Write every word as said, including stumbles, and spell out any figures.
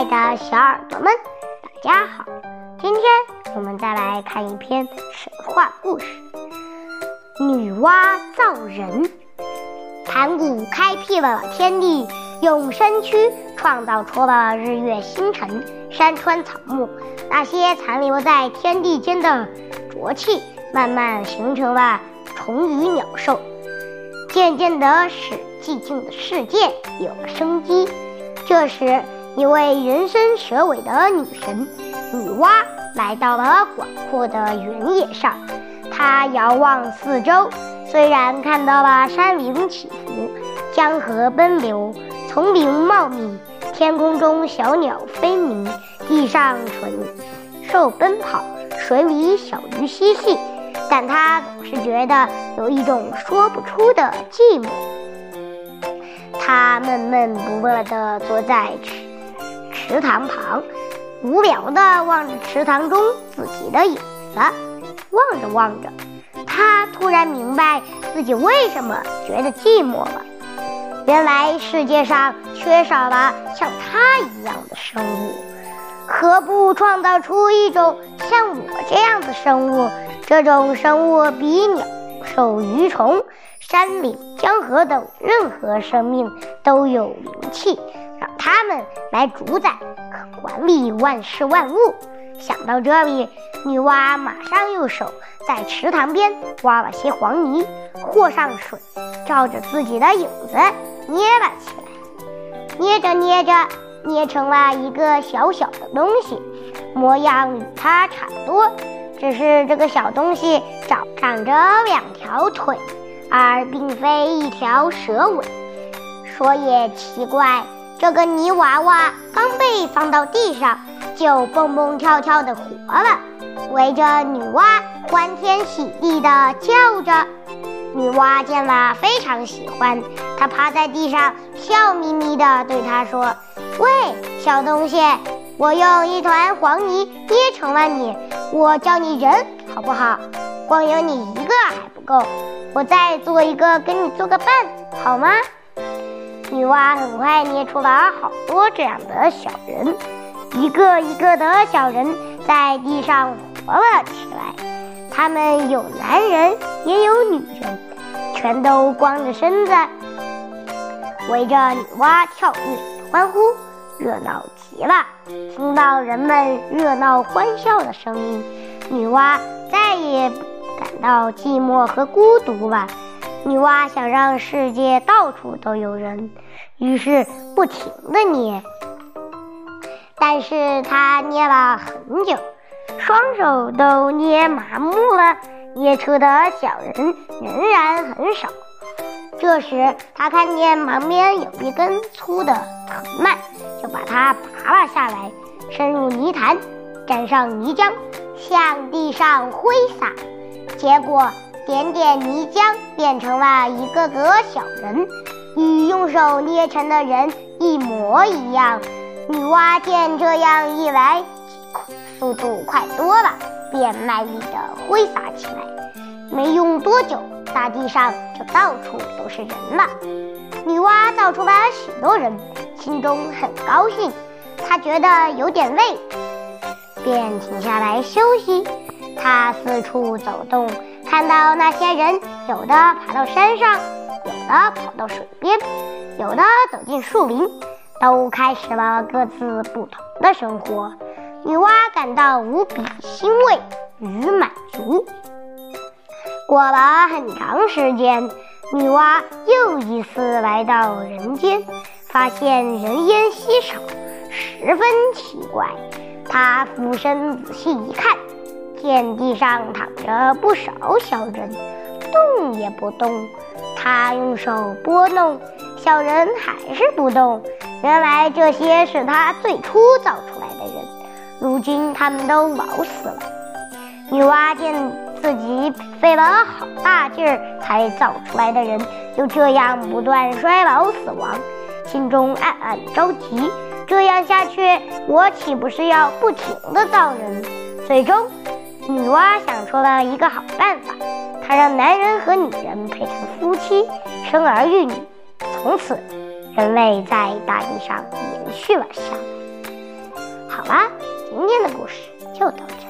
爱的小耳朵们，大家好！今天我们再来看一篇神话故事《女娲造人》。盘古开辟了天地，用身躯创造出了日月星辰、山川草木，那些残留在天地间的浊气慢慢形成了虫鱼鸟兽，渐渐地使寂静的世界有了生机。这时，一位人身蛇尾的女神女娲来到了广阔的原野上。她遥望四周，虽然看到了山林起伏，江河奔流，丛林茂密，天空中小鸟飞鸣，地上蠢兽奔跑，水里小鱼嬉戏，但她总是觉得有一种说不出的寂寞。她闷闷不乐地坐在池池塘旁，无聊地望着池塘中自己的影子。望着望着，她突然明白自己为什么觉得寂寞了。原来世界上缺少了像她一样的生物，何不创造出一种像我这样的生物？这种生物比鸟兽鱼虫、山岭江河等任何生命都有灵气，让它们来主宰和管理万事万物。想到这里，女娲马上用手在池塘边挖了些黄泥，和上水，照着自己的影子捏了起来。捏着捏着，捏成了一个小小的东西，模样与它差不多，只是这个小东西长长着两条腿，而并非一条蛇尾。说也奇怪，这个泥娃娃刚被放到地上，就蹦蹦跳跳的活了，围着女娲欢天喜地的叫着。女娲见了非常喜欢，她趴在地上笑眯眯地对她说：“喂，小东西，我用一团黄泥捏成了你，我叫你人好不好？光有你一个还不够，我再做一个跟你做个伴好吗？”女娲很快捏出了好多这样的小人，一个一个的小人在地上活了起来。他们有男人也有女人，全都光着身子，围着女娲跳跃欢呼，热闹极了。听到人们热闹欢笑的声音，女娲再也不感到寂寞和孤独了。女娲想让世界到处都有人，于是不停地捏，但是她捏了很久，双手都捏麻木了，捏出的小人仍然很少。这时她看见旁边有一根粗的藤蔓，就把它拔了下来，伸入泥潭，沾上泥浆，向地上挥洒。结果点点泥浆变成了一个个小人，与用手捏成的人一模一样。女娲见这样一来，速度快多了，便卖力地挥洒起来。没用多久，大地上就到处都是人了。女娲造出了许多人，心中很高兴。她觉得有点累，便停下来休息。她四处走动，看到那些人有的爬到山上，有的跑到水边，有的走进树林，都开始了各自不同的生活。女娲感到无比欣慰与满足。过了很长时间，女娲又一次来到人间，发现人烟稀少，十分奇怪。她俯身仔细一看，见地上躺着不少小人，动也不动。她用手拨弄，小人还是不动。原来这些是她最初造出来的人，如今他们都老死了。女娲见自己费了好大劲儿才造出来的人就这样不断衰老死亡，心中暗暗着急。这样下去，我岂不是要不停地造人？最终女娲想出了一个好办法，她让男人和女人配成夫妻，生儿育女，从此人类在大地上延续了下来。 好啦，今天的故事就到这。